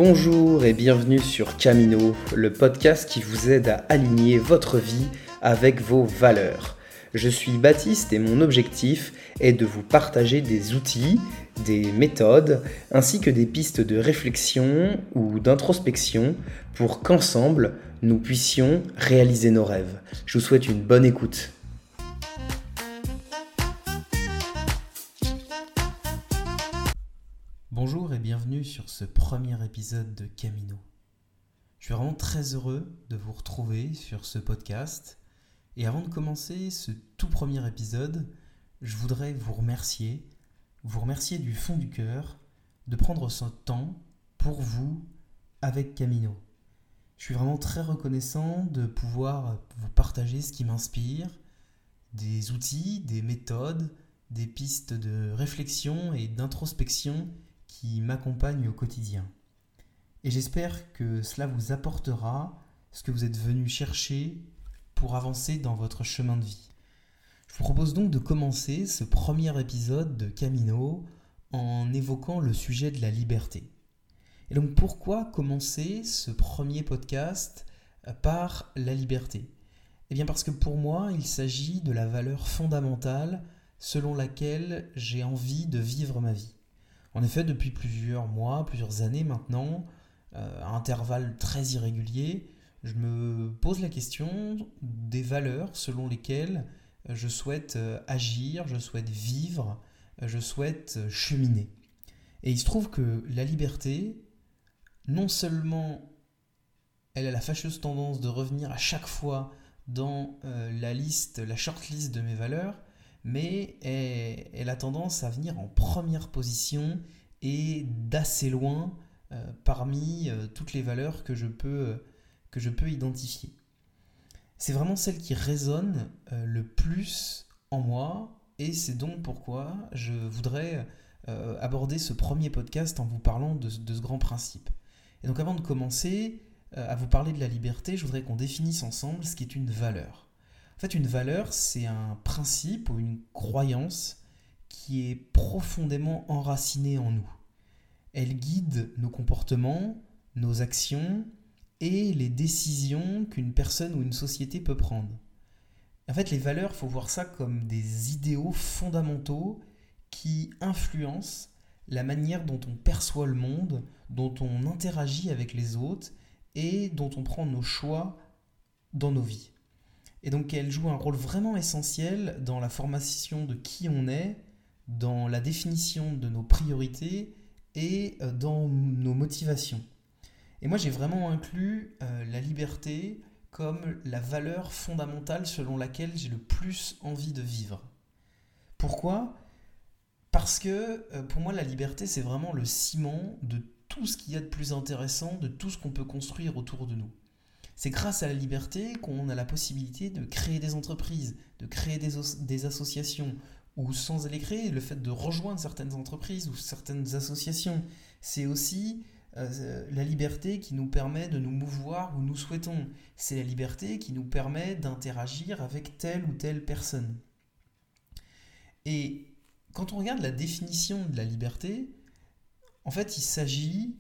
Bonjour et bienvenue sur Camino, le podcast qui vous aide à aligner votre vie avec vos valeurs. Je suis Baptiste et mon objectif est de vous partager des outils, des méthodes, ainsi que des pistes de réflexion ou d'introspection pour qu'ensemble, nous puissions réaliser nos rêves. Je vous souhaite une bonne écoute. Bonjour et bienvenue sur ce premier épisode de Camino. Je suis vraiment très heureux de vous retrouver sur ce podcast. Et avant de commencer ce tout premier épisode, je voudrais vous remercier du fond du cœur de prendre ce temps pour vous avec Camino. Je suis vraiment très reconnaissant de pouvoir vous partager ce qui m'inspire, des outils, des méthodes, des pistes de réflexion et d'introspection qui m'accompagnent au quotidien. Et j'espère que cela vous apportera ce que vous êtes venu chercher pour avancer dans votre chemin de vie. Je vous propose donc de commencer ce premier épisode de Camino en évoquant le sujet de la liberté. Et donc pourquoi commencer ce premier podcast par la liberté ? Eh bien parce que pour moi, il s'agit de la valeur fondamentale selon laquelle j'ai envie de vivre ma vie. En effet, depuis plusieurs mois, plusieurs années maintenant, à intervalles très irréguliers, je me pose la question des valeurs selon lesquelles je souhaite agir, je souhaite vivre, je souhaite cheminer. Et il se trouve que la liberté, non seulement elle a la fâcheuse tendance de revenir à chaque fois dans la shortlist de mes valeurs, mais elle a tendance à venir en première position et d'assez loin parmi toutes les valeurs que je peux identifier. C'est vraiment celle qui résonne le plus en moi et c'est donc pourquoi je voudrais aborder ce premier podcast en vous parlant de ce grand principe. Et donc avant de commencer à vous parler de la liberté, je voudrais qu'on définisse ensemble ce qu'est une valeur. En fait, une valeur, c'est un principe ou une croyance qui est profondément enracinée en nous. Elle guide nos comportements, nos actions et les décisions qu'une personne ou une société peut prendre. En fait, les valeurs, il faut voir ça comme des idéaux fondamentaux qui influencent la manière dont on perçoit le monde, dont on interagit avec les autres et dont on prend nos choix dans nos vies. Et donc elle joue un rôle vraiment essentiel dans la formation de qui on est, dans la définition de nos priorités et dans nos motivations. Et moi j'ai vraiment inclus la liberté comme la valeur fondamentale selon laquelle j'ai le plus envie de vivre. Pourquoi ? Parce que pour moi la liberté c'est vraiment le ciment de tout ce qu'il y a de plus intéressant, de tout ce qu'on peut construire autour de nous. C'est grâce à la liberté qu'on a la possibilité de créer des entreprises, de créer des associations, ou sans les créer, le fait de rejoindre certaines entreprises ou certaines associations. C'est aussi la liberté qui nous permet de nous mouvoir où nous souhaitons. C'est la liberté qui nous permet d'interagir avec telle ou telle personne. Et quand on regarde la définition de la liberté, en fait, il s'agit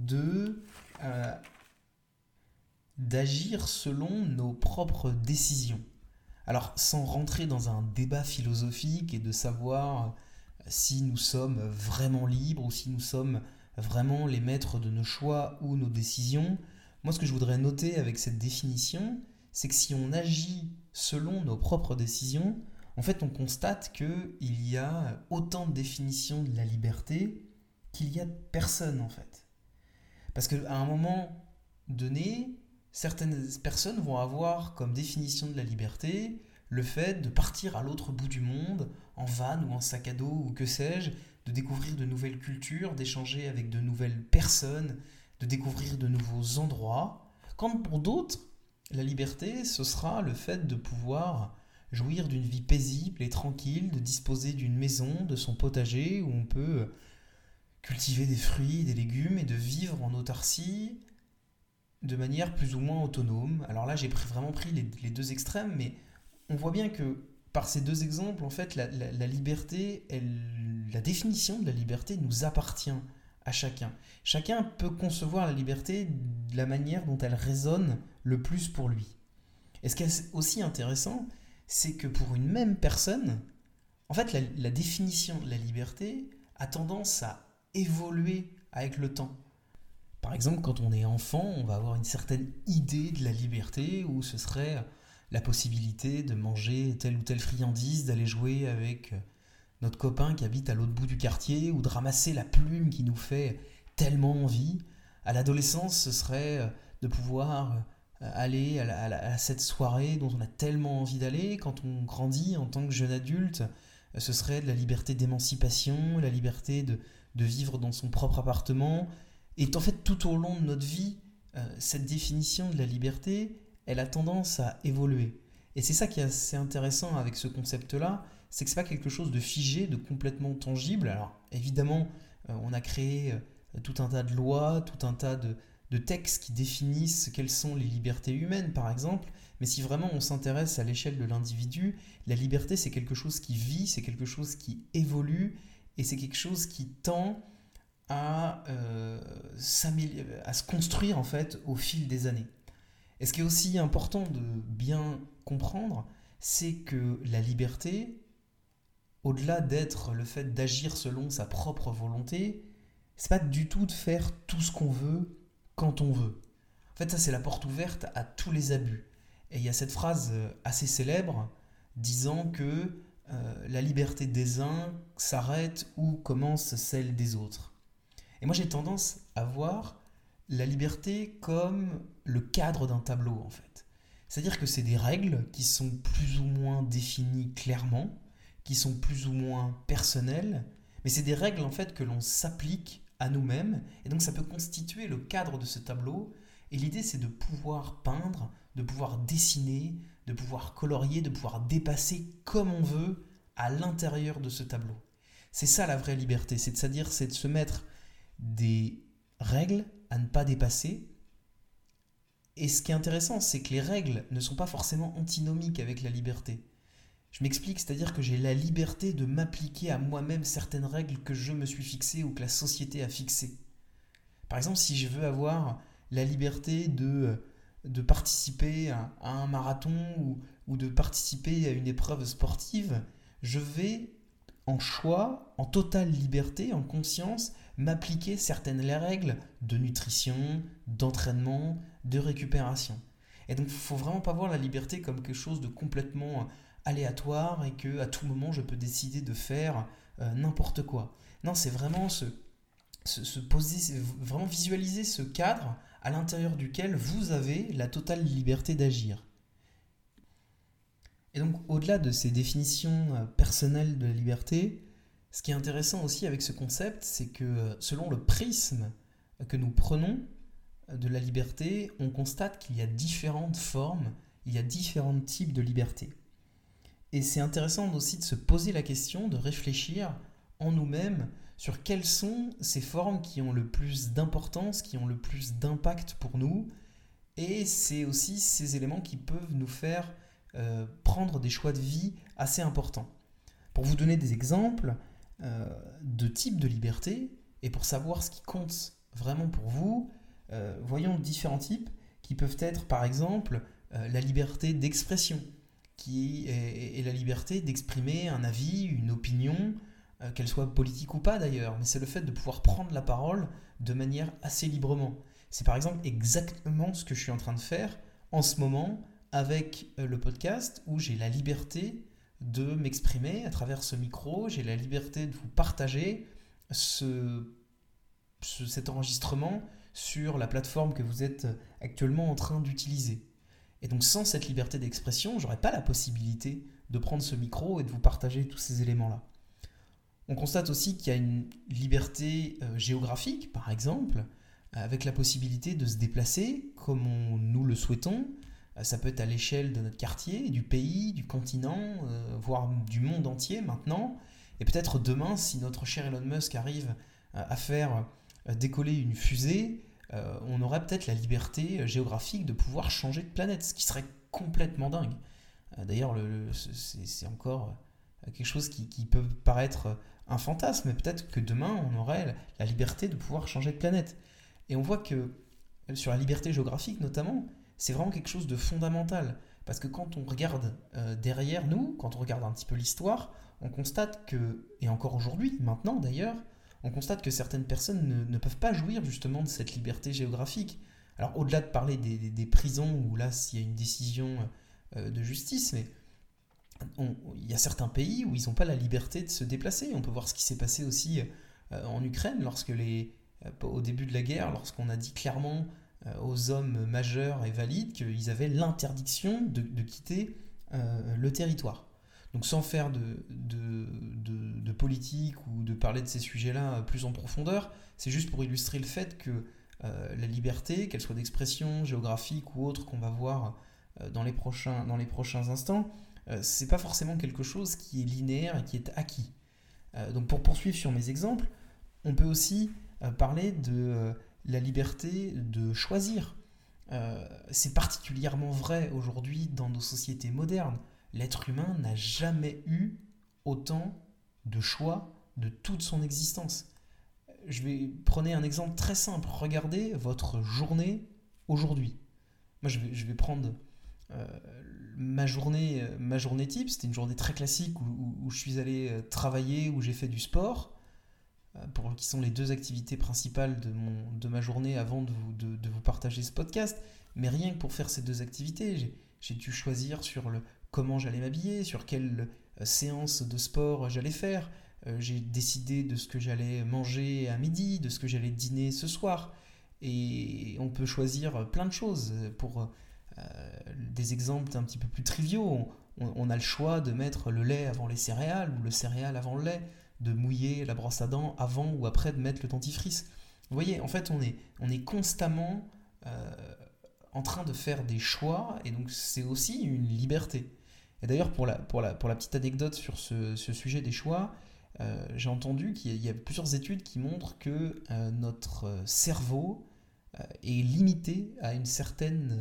d'agir selon nos propres décisions. Alors, sans rentrer dans un débat philosophique et de savoir si nous sommes vraiment libres ou si nous sommes vraiment les maîtres de nos choix ou nos décisions, moi ce que je voudrais noter avec cette définition, c'est que si on agit selon nos propres décisions, en fait on constate qu'il y a autant de définitions de la liberté qu'il y a de personnes en fait. Parce qu'à un moment donné, certaines personnes vont avoir comme définition de la liberté le fait de partir à l'autre bout du monde, en van ou en sac à dos ou que sais-je, de découvrir de nouvelles cultures, d'échanger avec de nouvelles personnes, de découvrir de nouveaux endroits. Quand pour d'autres, la liberté, ce sera le fait de pouvoir jouir d'une vie paisible et tranquille, de disposer d'une maison, de son potager où on peut cultiver des fruits, des légumes et de vivre en autarcie de manière plus ou moins autonome. Alors là, j'ai vraiment pris les deux extrêmes, mais on voit bien que par ces deux exemples, en fait, la liberté, la définition de la liberté nous appartient à chacun. Chacun peut concevoir la liberté de la manière dont elle résonne le plus pour lui. Et ce qui est aussi intéressant, c'est que pour une même personne, en fait, la définition de la liberté a tendance à évoluer avec le temps. Par exemple, quand on est enfant, on va avoir une certaine idée de la liberté où ce serait la possibilité de manger telle ou telle friandise, d'aller jouer avec notre copain qui habite à l'autre bout du quartier ou de ramasser la plume qui nous fait tellement envie. À l'adolescence, ce serait de pouvoir aller à cette soirée dont on a tellement envie d'aller. Quand on grandit en tant que jeune adulte, ce serait de la liberté d'émancipation, la liberté de vivre dans son propre appartement. Et en fait, tout au long de notre vie, cette définition de la liberté, elle a tendance à évoluer. Et c'est ça qui est assez intéressant avec ce concept-là, c'est que ce n'est pas quelque chose de figé, de complètement tangible. Alors évidemment, on a créé tout un tas de lois, tout un tas de textes qui définissent quelles sont les libertés humaines, par exemple. Mais si vraiment on s'intéresse à l'échelle de l'individu, la liberté, c'est quelque chose qui vit, c'est quelque chose qui évolue, et c'est quelque chose qui tend à se construire en fait au fil des années. Et ce qui est aussi important de bien comprendre, c'est que la liberté, au-delà d'être le fait d'agir selon sa propre volonté, c'est pas du tout de faire tout ce qu'on veut quand on veut. En fait, ça c'est la porte ouverte à tous les abus. Et il y a cette phrase assez célèbre disant que la liberté des uns s'arrête où commence celle des autres. Et moi j'ai tendance à voir la liberté comme le cadre d'un tableau en fait. C'est-à-dire que c'est des règles qui sont plus ou moins définies clairement, qui sont plus ou moins personnelles, mais c'est des règles en fait que l'on s'applique à nous-mêmes, et donc ça peut constituer le cadre de ce tableau, et l'idée c'est de pouvoir peindre, de pouvoir dessiner, de pouvoir colorier, de pouvoir dépasser comme on veut à l'intérieur de ce tableau. C'est ça la vraie liberté, c'est-à-dire c'est de se mettre des règles à ne pas dépasser. Et ce qui est intéressant, c'est que les règles ne sont pas forcément antinomiques avec la liberté. Je m'explique, c'est-à-dire que j'ai la liberté de m'appliquer à moi-même certaines règles que je me suis fixées ou que la société a fixées. Par exemple, si je veux avoir la liberté de participer à un marathon ou de participer à une épreuve sportive, je vais en choix, en totale liberté, en conscience, m'appliquer certaines règles de nutrition, d'entraînement, de récupération. Et donc il ne faut vraiment pas voir la liberté comme quelque chose de complètement aléatoire et qu'à tout moment je peux décider de faire n'importe quoi. Non, c'est vraiment se poser, vraiment visualiser ce cadre à l'intérieur duquel vous avez la totale liberté d'agir. Et donc au-delà de ces définitions personnelles de la liberté, ce qui est intéressant aussi avec ce concept, c'est que selon le prisme que nous prenons de la liberté, on constate qu'il y a différentes formes, il y a différents types de liberté. Et c'est intéressant aussi de se poser la question, de réfléchir en nous-mêmes sur quelles sont ces formes qui ont le plus d'importance, qui ont le plus d'impact pour nous. Et c'est aussi ces éléments qui peuvent nous faire prendre des choix de vie assez importants. Pour vous donner des exemples de types de liberté, et pour savoir ce qui compte vraiment pour vous, voyons différents types qui peuvent être par exemple la liberté d'expression, qui est la liberté d'exprimer un avis, une opinion, qu'elle soit politique ou pas d'ailleurs, mais c'est le fait de pouvoir prendre la parole de manière assez librement. C'est par exemple exactement ce que je suis en train de faire en ce moment avec le podcast, où j'ai la liberté de m'exprimer à travers ce micro, j'ai la liberté de vous partager cet enregistrement sur la plateforme que vous êtes actuellement en train d'utiliser. Et donc sans cette liberté d'expression, j'aurais pas la possibilité de prendre ce micro et de vous partager tous ces éléments-là. On constate aussi qu'il y a une liberté géographique, par exemple, avec la possibilité de se déplacer comme nous le souhaitons. Ça peut être à l'échelle de notre quartier, du pays, du continent, voire du monde entier maintenant. Et peut-être demain, si notre cher Elon Musk arrive à faire décoller une fusée, on aurait peut-être la liberté géographique de pouvoir changer de planète, ce qui serait complètement dingue. D'ailleurs, c'est encore quelque chose qui peut paraître un fantasme, mais peut-être que demain, on aurait la liberté de pouvoir changer de planète. Et on voit que sur la liberté géographique notamment, c'est vraiment quelque chose de fondamental. Parce que quand on regarde derrière nous, quand on regarde un petit peu l'histoire, on constate que, et encore aujourd'hui, maintenant d'ailleurs, on constate que certaines personnes ne peuvent pas jouir justement de cette liberté géographique. Alors au-delà de parler des prisons, où là, s'il y a une décision de justice, mais il y a certains pays où ils n'ont pas la liberté de se déplacer. On peut voir ce qui s'est passé aussi en Ukraine, au début de la guerre, lorsqu'on a dit clairement aux hommes majeurs et valides qu'ils avaient l'interdiction de quitter le territoire. Donc sans faire de politique ou de parler de ces sujets-là plus en profondeur, c'est juste pour illustrer le fait que la liberté, qu'elle soit d'expression géographique ou autre qu'on va voir dans les prochains instants, c'est pas forcément quelque chose qui est linéaire et qui est acquis. Donc pour poursuivre sur mes exemples, on peut aussi parler de la liberté de choisir. C'est particulièrement vrai aujourd'hui dans nos sociétés modernes. L'être humain n'a jamais eu autant de choix de toute son existence. Prenez un exemple très simple. Regardez votre journée aujourd'hui. Moi, je vais prendre ma journée type. C'était une journée très classique où je suis allé travailler, où j'ai fait du sport, qui sont les deux activités principales de ma journée avant de vous partager ce podcast. Mais rien que pour faire ces deux activités, j'ai dû choisir sur comment j'allais m'habiller, sur quelle séance de sport j'allais faire. J'ai décidé de ce que j'allais manger à midi, de ce que j'allais dîner ce soir. Et on peut choisir plein de choses. Pour des exemples un petit peu plus triviaux, on a le choix de mettre le lait avant les céréales ou le céréal avant le lait, de mouiller la brosse à dents avant ou après de mettre le dentifrice. Vous voyez, en fait, on est constamment en train de faire des choix, et donc c'est aussi une liberté. Et d'ailleurs, pour la petite anecdote sur ce sujet des choix, j'ai entendu qu'il y a plusieurs études qui montrent que notre cerveau est limité à une certaine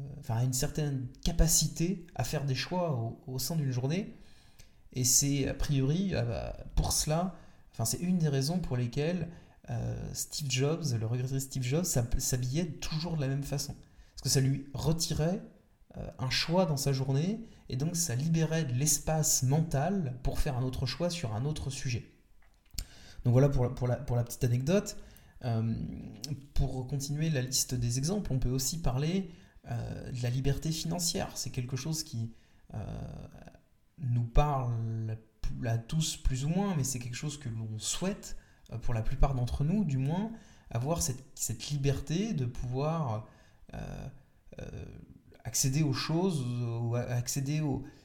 capacité à faire des choix au sein d'une journée. Et c'est a priori pour cela, c'est une des raisons pour lesquelles Steve Jobs, le regretté Steve Jobs, s'habillait toujours de la même façon. Parce que ça lui retirait un choix dans sa journée, et donc ça libérait de l'espace mental pour faire un autre choix sur un autre sujet. Donc voilà pour la petite anecdote. Pour continuer la liste des exemples, on peut aussi parler de la liberté financière. C'est quelque chose qui nous parle à tous plus ou moins, mais c'est quelque chose que l'on souhaite, pour la plupart d'entre nous du moins, avoir cette liberté de pouvoir accéder aux choses, ou accéder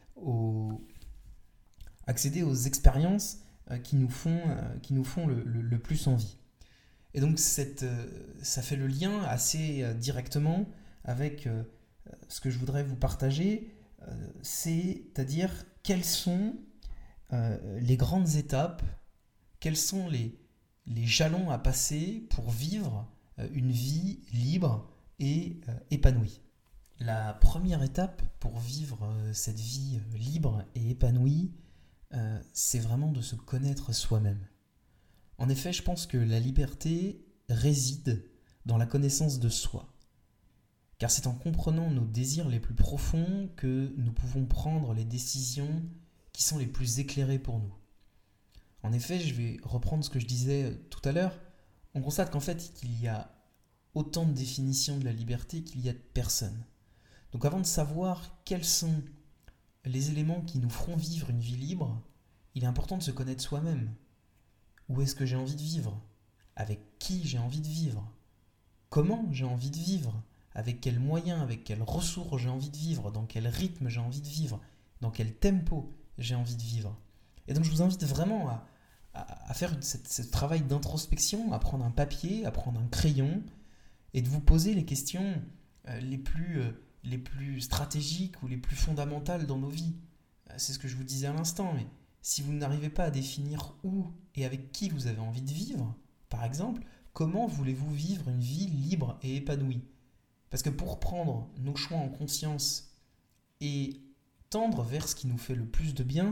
aux expériences qui nous font le plus envie. Et donc ça fait le lien assez directement avec ce que je voudrais vous partager, c'est-à-dire quelles sont les grandes étapes, quels sont les jalons à passer pour vivre une vie libre et épanouie. La première étape pour vivre cette vie libre et épanouie, c'est vraiment de se connaître soi-même. En effet, je pense que la liberté réside dans la connaissance de soi. Car c'est en comprenant nos désirs les plus profonds que nous pouvons prendre les décisions qui sont les plus éclairées pour nous. En effet, je vais reprendre ce que je disais tout à l'heure. On constate qu'en fait, il y a autant de définitions de la liberté qu'il y a de personnes. Donc avant de savoir quels sont les éléments qui nous feront vivre une vie libre, il est important de se connaître soi-même. Où est-ce que j'ai envie de vivre ? Avec qui j'ai envie de vivre ? Comment j'ai envie de vivre ? Avec quels moyens, avec quelles ressources j'ai envie de vivre ? Dans quel rythme j'ai envie de vivre ? Dans quel tempo j'ai envie de vivre ? Et donc je vous invite vraiment à faire ce travail d'introspection, à prendre un papier, à prendre un crayon, et de vous poser les questions les plus stratégiques ou les plus fondamentales dans nos vies. C'est ce que je vous disais à l'instant, mais si vous n'arrivez pas à définir où et avec qui vous avez envie de vivre, par exemple, comment voulez-vous vivre une vie libre et épanouie ? Parce que pour prendre nos choix en conscience et tendre vers ce qui nous fait le plus de bien,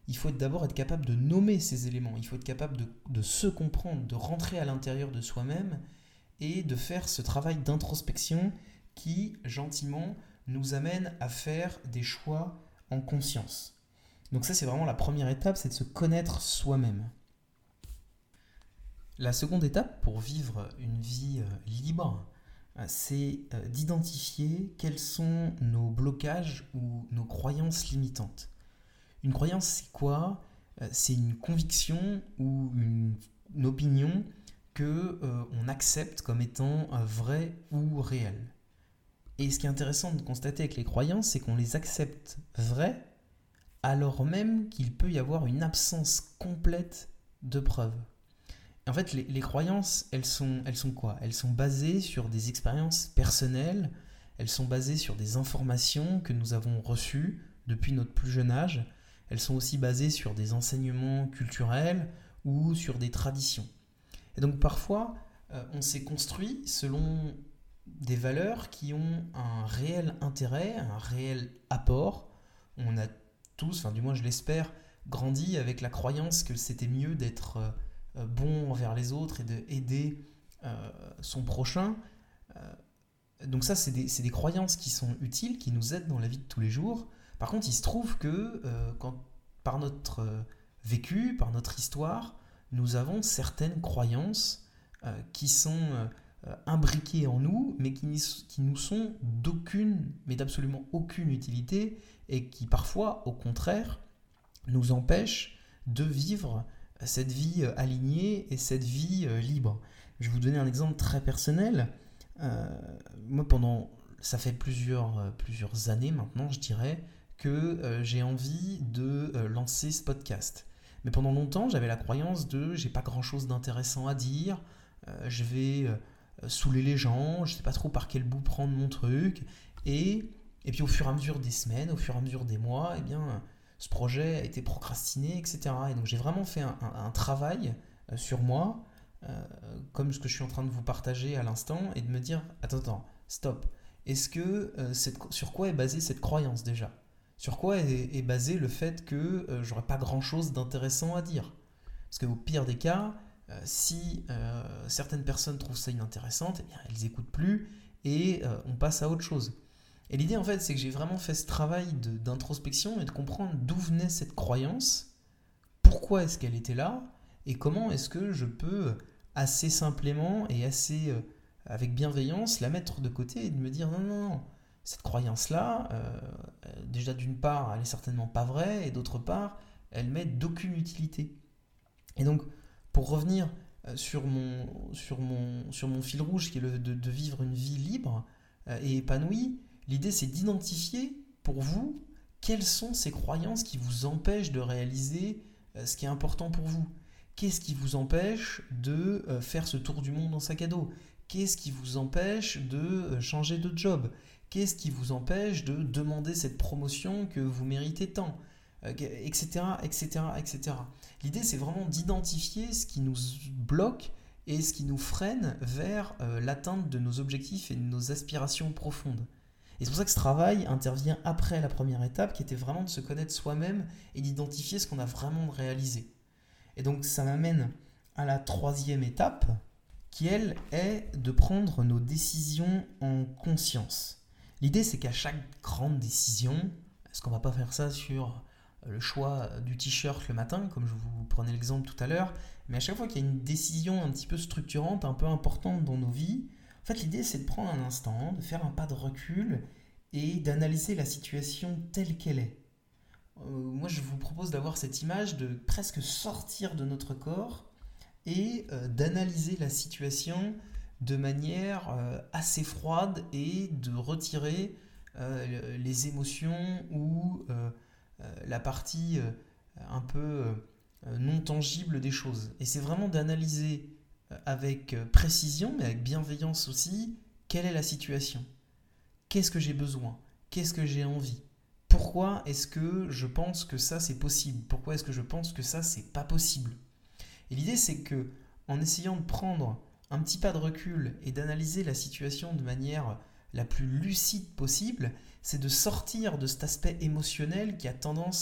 il faut d'abord être capable de nommer ces éléments, il faut être capable de se comprendre, de rentrer à l'intérieur de soi-même et de faire ce travail d'introspection qui, gentiment, nous amène à faire des choix en conscience. Donc ça, c'est vraiment la première étape, c'est de se connaître soi-même. La seconde étape pour vivre une vie libre, c'est d'identifier quels sont nos blocages ou nos croyances limitantes. Une croyance, c'est quoi ? C'est une conviction ou une opinion qu'on accepte comme étant vraie ou réelle. Et ce qui est intéressant de constater avec les croyances, c'est qu'on les accepte vraies, alors même qu'il peut y avoir une absence complète de preuves. En fait, les croyances, elles sont quoi ? Elles sont basées sur des expériences personnelles, elles sont basées sur des informations que nous avons reçues depuis notre plus jeune âge, elles sont aussi basées sur des enseignements culturels ou sur des traditions. Et donc parfois, on s'est construit selon des valeurs qui ont un réel intérêt, un réel apport. On a tous, enfin du moins je l'espère, grandi avec la croyance que c'était mieux d'être bon envers les autres et d'aider son prochain. Donc ça, c'est des croyances qui sont utiles, qui nous aident dans la vie de tous les jours. Par contre, il se trouve que par notre vécu, par notre histoire, nous avons certaines croyances qui sont imbriquées en nous, mais qui nous sont d'absolument aucune utilité et qui parfois, au contraire, nous empêchent de vivre cette vie alignée et cette vie libre. Je vais vous donner un exemple très personnel. Moi, ça fait plusieurs années maintenant, je dirais, que j'ai envie de lancer ce podcast. Mais pendant longtemps, j'avais la croyance j'ai pas grand chose d'intéressant à dire, je vais saouler les gens, je sais pas trop par quel bout prendre mon truc. Et puis au fur et à mesure des semaines, au fur et à mesure des mois, eh bien, ce projet a été procrastiné, etc. Et donc j'ai vraiment fait un travail sur moi, comme ce que je suis en train de vous partager à l'instant, et de me dire, attends, stop. Est-ce que sur quoi est basée cette croyance déjà ? Sur quoi est basé le fait que j'aurais pas grand-chose d'intéressant à dire ? Parce qu'au pire des cas, si certaines personnes trouvent ça inintéressant, eh bien, elles n'écoutent plus et on passe à autre chose. Et l'idée, en fait, c'est que j'ai vraiment fait ce travail d'introspection et de comprendre d'où venait cette croyance, pourquoi est-ce qu'elle était là, et comment est-ce que je peux assez simplement et assez avec bienveillance la mettre de côté et de me dire non, cette croyance-là, déjà d'une part, elle est certainement pas vraie, et d'autre part, elle m'est d'aucune utilité. Et donc, pour revenir sur mon fil rouge, qui est de vivre une vie libre et épanouie, l'idée, c'est d'identifier pour vous quelles sont ces croyances qui vous empêchent de réaliser ce qui est important pour vous. Qu'est-ce qui vous empêche de faire ce tour du monde en sac à dos ? Qu'est-ce qui vous empêche de changer de job ? Qu'est-ce qui vous empêche de demander cette promotion que vous méritez tant ? Etc. L'idée, c'est vraiment d'identifier ce qui nous bloque et ce qui nous freine vers l'atteinte de nos objectifs et de nos aspirations profondes. Et c'est pour ça que ce travail intervient après la première étape, qui était vraiment de se connaître soi-même et d'identifier ce qu'on a vraiment réalisé. Et donc ça m'amène à la troisième étape, qui elle est de prendre nos décisions en conscience. L'idée, c'est qu'à chaque grande décision, est-ce qu'on ne va pas faire ça sur le choix du t-shirt le matin, comme je vous prenais l'exemple tout à l'heure, mais à chaque fois qu'il y a une décision un petit peu structurante, un peu importante dans nos vies, en fait, l'idée, c'est de prendre un instant, de faire un pas de recul et d'analyser la situation telle qu'elle est. Moi, je vous propose d'avoir cette image de presque sortir de notre corps et d'analyser la situation de manière assez froide et de retirer les émotions ou la partie un peu non tangible des choses. Et c'est vraiment d'analyser avec précision, mais avec bienveillance aussi, quelle est la situation ? Qu'est-ce que j'ai besoin ? Qu'est-ce que j'ai envie ? Pourquoi est-ce que je pense que ça c'est possible ? Pourquoi est-ce que je pense que ça c'est pas possible ? Et l'idée, c'est que en essayant de prendre un petit pas de recul et d'analyser la situation de manière la plus lucide possible, c'est de sortir de cet aspect émotionnel qui a tendance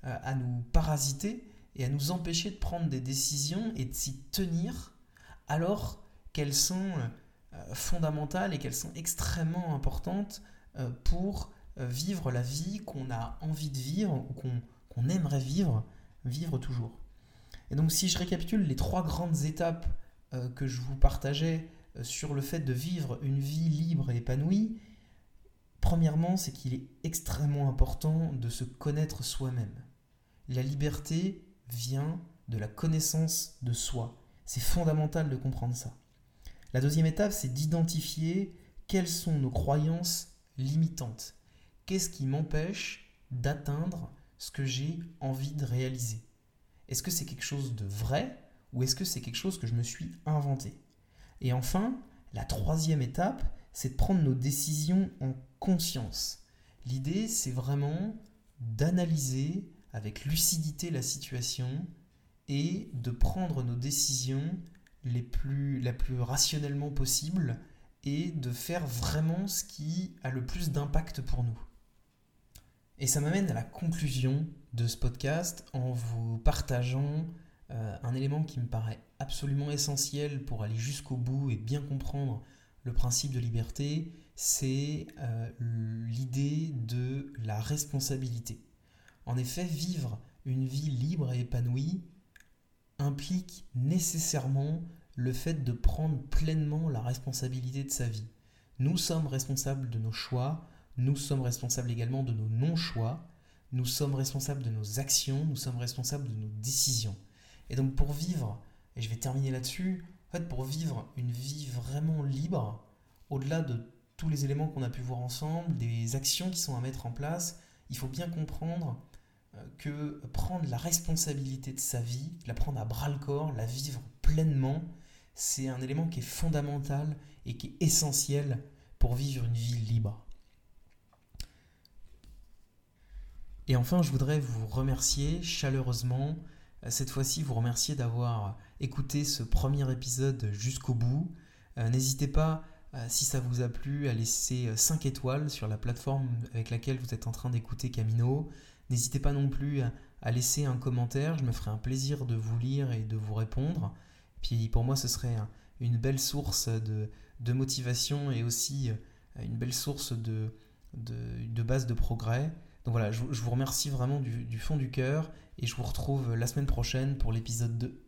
à nous parasiter et à nous empêcher de prendre des décisions et de s'y tenir alors qu'elles sont fondamentales et qu'elles sont extrêmement importantes pour vivre la vie qu'on a envie de vivre ou qu'on aimerait vivre toujours. Et donc si je récapitule les 3 grandes étapes que je vous partageais sur le fait de vivre une vie libre et épanouie, premièrement, c'est qu'il est extrêmement important de se connaître soi-même. La liberté vient de la connaissance de soi. C'est fondamental de comprendre ça. La deuxième étape, c'est d'identifier quelles sont nos croyances limitantes. Qu'est-ce qui m'empêche d'atteindre ce que j'ai envie de réaliser ? Est-ce que c'est quelque chose de vrai ou est-ce que c'est quelque chose que je me suis inventé ? Et enfin, la troisième étape, c'est de prendre nos décisions en conscience. L'idée, c'est vraiment d'analyser avec lucidité la situation et de prendre nos décisions la plus rationnellement possible et de faire vraiment ce qui a le plus d'impact pour nous. Et ça m'amène à la conclusion de ce podcast en vous partageant un élément qui me paraît absolument essentiel pour aller jusqu'au bout et bien comprendre le principe de liberté, c'est l'idée de la responsabilité. En effet, vivre une vie libre et épanouie implique nécessairement le fait de prendre pleinement la responsabilité de sa vie. Nous sommes responsables de nos choix, nous sommes responsables également de nos non-choix, nous sommes responsables de nos actions, nous sommes responsables de nos décisions. Et donc pour vivre, et je vais terminer là-dessus, pour vivre une vie vraiment libre, au-delà de tous les éléments qu'on a pu voir ensemble, des actions qui sont à mettre en place, il faut bien comprendre que prendre la responsabilité de sa vie, la prendre à bras-le-corps, la vivre pleinement, c'est un élément qui est fondamental et qui est essentiel pour vivre une vie libre. Et enfin, je voudrais vous remercier chaleureusement, cette fois-ci vous remercier d'avoir écouté ce premier épisode jusqu'au bout. N'hésitez pas, si ça vous a plu, à laisser 5 étoiles sur la plateforme avec laquelle vous êtes en train d'écouter Camino. N'hésitez pas non plus à laisser un commentaire, je me ferai un plaisir de vous lire et de vous répondre. Puis pour moi, ce serait une belle source de motivation et aussi une belle source de base de progrès. Donc voilà, je vous remercie vraiment du fond du cœur et je vous retrouve la semaine prochaine pour l'épisode 2.